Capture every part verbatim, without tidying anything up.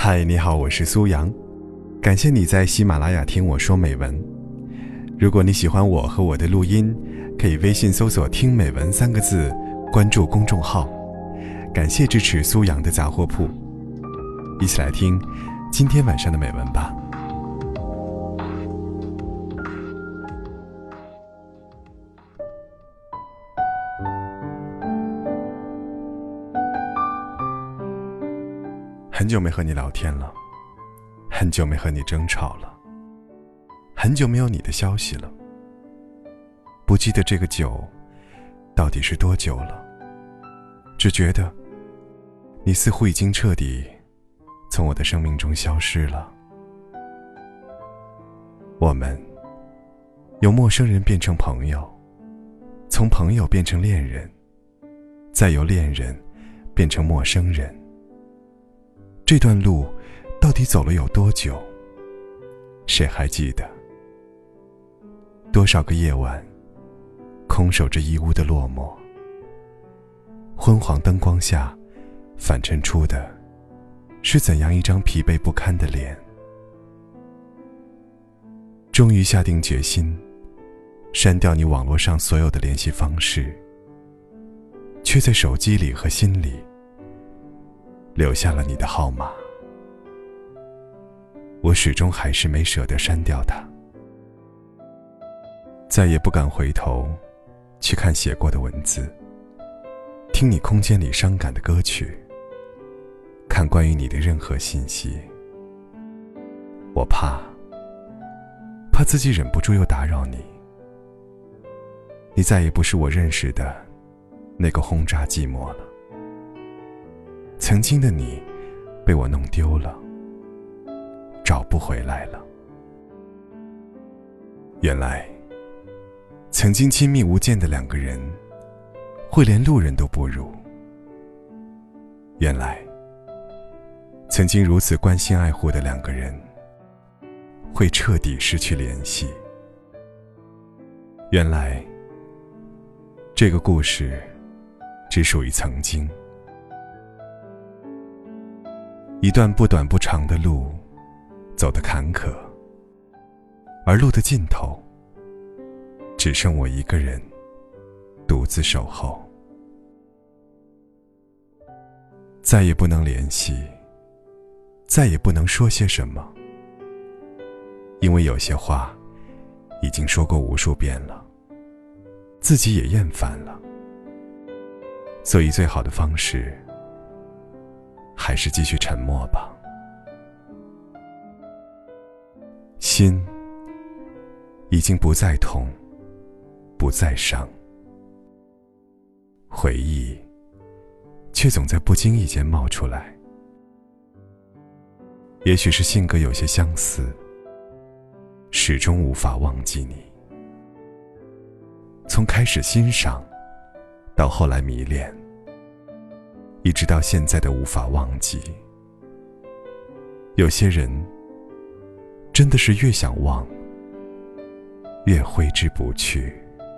嗨，你好，我是苏阳，感谢你在喜马拉雅听我说美文。如果你喜欢我和我的录音，可以微信搜索听美文三个字，关注公众号。感谢支持苏阳的杂货铺，一起来听今天晚上的美文吧。很久没和你聊天了，很久没和你争吵了，很久没有你的消息了。不记得这个久到底是多久了，只觉得你似乎已经彻底从我的生命中消失了。我们由陌生人变成朋友，从朋友变成恋人，再由恋人变成陌生人。这段路到底走了有多久？谁还记得？多少个夜晚空守着一屋的落寞，昏黄灯光下反衬出的是怎样一张疲惫不堪的脸。终于下定决心删掉你网络上所有的联系方式，却在手机里和心里留下了你的号码。我始终还是没舍得删掉它，再也不敢回头去看写过的文字，听你空间里伤感的歌曲，看关于你的任何信息。我怕怕自己忍不住又打扰你，你再也不是我认识的那个轰炸寂寞了。曾经的你被我弄丢了，找不回来了。原来曾经亲密无间的两个人会连路人都不如。原来曾经如此关心爱护的两个人会彻底失去联系。原来这个故事只属于曾经。一段不短不长的路走得坎坷，而路的尽头只剩我一个人独自守候。再也不能联系，再也不能说些什么，因为有些话已经说过无数遍了，自己也厌烦了。所以最好的方式还是继续沉默吧。心已经不再痛，不再伤，回忆却总在不经意间冒出来。也许是性格有些相似，始终无法忘记你。从开始欣赏到后来迷恋，一直到现在的无法忘记。有些人真的是越想忘越挥之不去。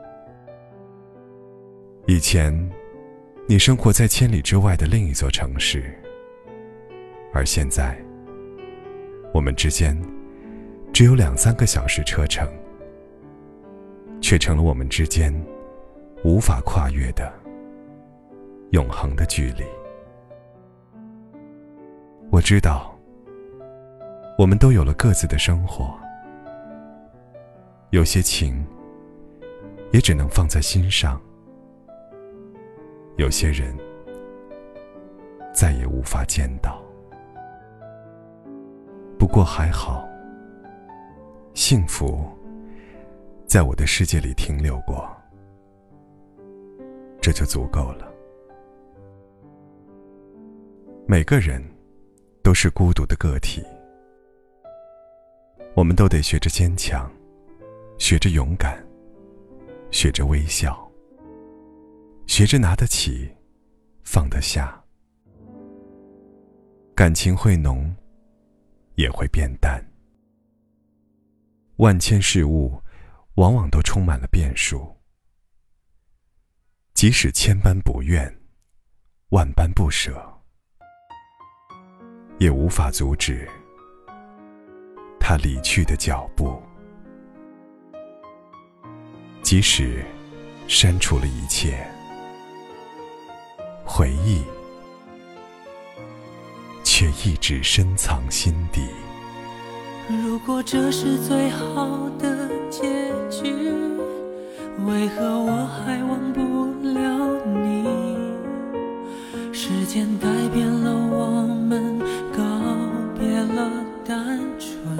以前你生活在千里之外的另一座城市，而现在我们之间只有两三个小时车程，却成了我们之间无法跨越的永恒的距离。我知道我们都有了各自的生活，有些情也只能放在心上，有些人再也无法见到。不过还好，幸福在我的世界里停留过，这就足够了。每个人都是孤独的个体，我们都得学着坚强，学着勇敢，学着微笑，学着拿得起，放得下。感情会浓，也会变淡。万千事物往往都充满了变数，即使千般不愿，万般不舍， 也无法阻止他离去的脚步。即使删除了一切，回忆却一直深藏心底。 如果这是最好的结局，为何我还忘不了你？时间改变了我们，告别了单纯。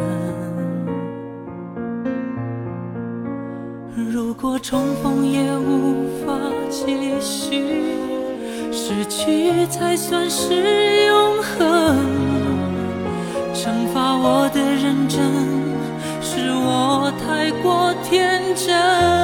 如果重逢也无法继续，失去才算是永恒。惩罚我的认真，是我太过天真。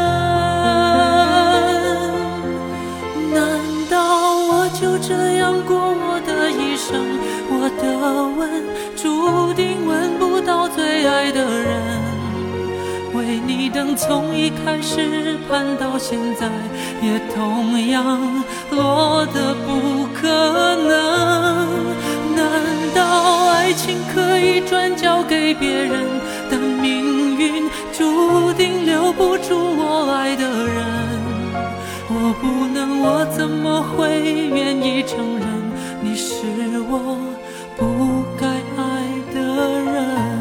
难道我就这样过我的一生？我的吻注定吻不到最爱的人。为你等从一开始盼到现在，也同样落得不可能。难道爱情可以转交给别人，但命运注定留不住我爱的人？我不能，我怎么会愿意承认你是我不该爱的人？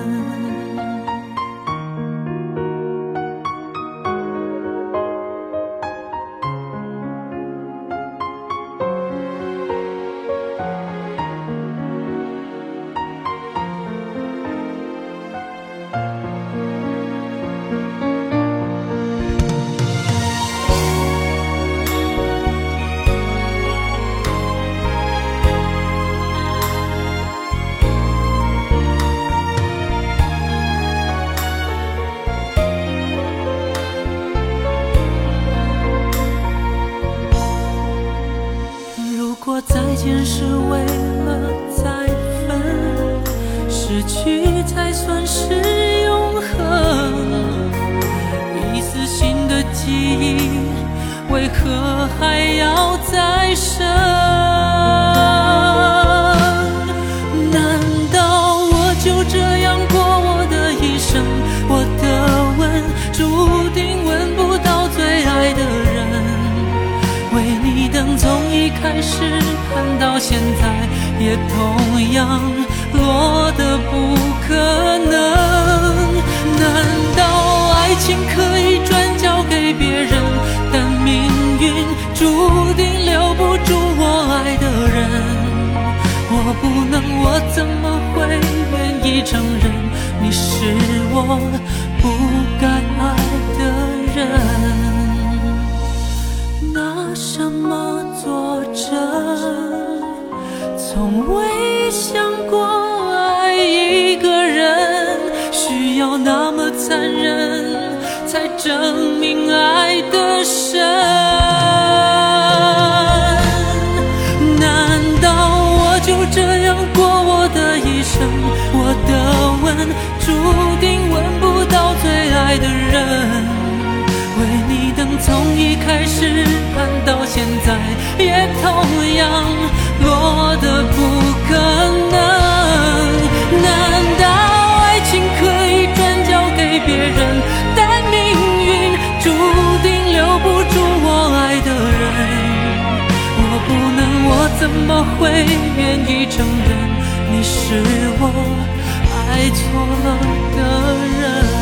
再见是为了再分，失去才算是永恒。一丝新的记忆，为何还要再生？难道我就这样过我的一生？我的吻注定吻不到最爱的人。为你等从一开始盼到现在，也同样落得不可能。难道爱情可以转交给别人，但命运注定留不住我爱的人？我不能，我怎么会愿意承认你是我不该爱的人？拿什么作证？从未想过爱一个人需要那么残忍，才证明爱的深。难道我就这样过我的一生？我的吻注定吻不到最爱的人。为你等从一开始盼到现在，也同样落得不可能。难道爱情可以转交给别人，但命运注定留不住我爱的人？我不能，我怎么会愿意承认你是我爱错了的人？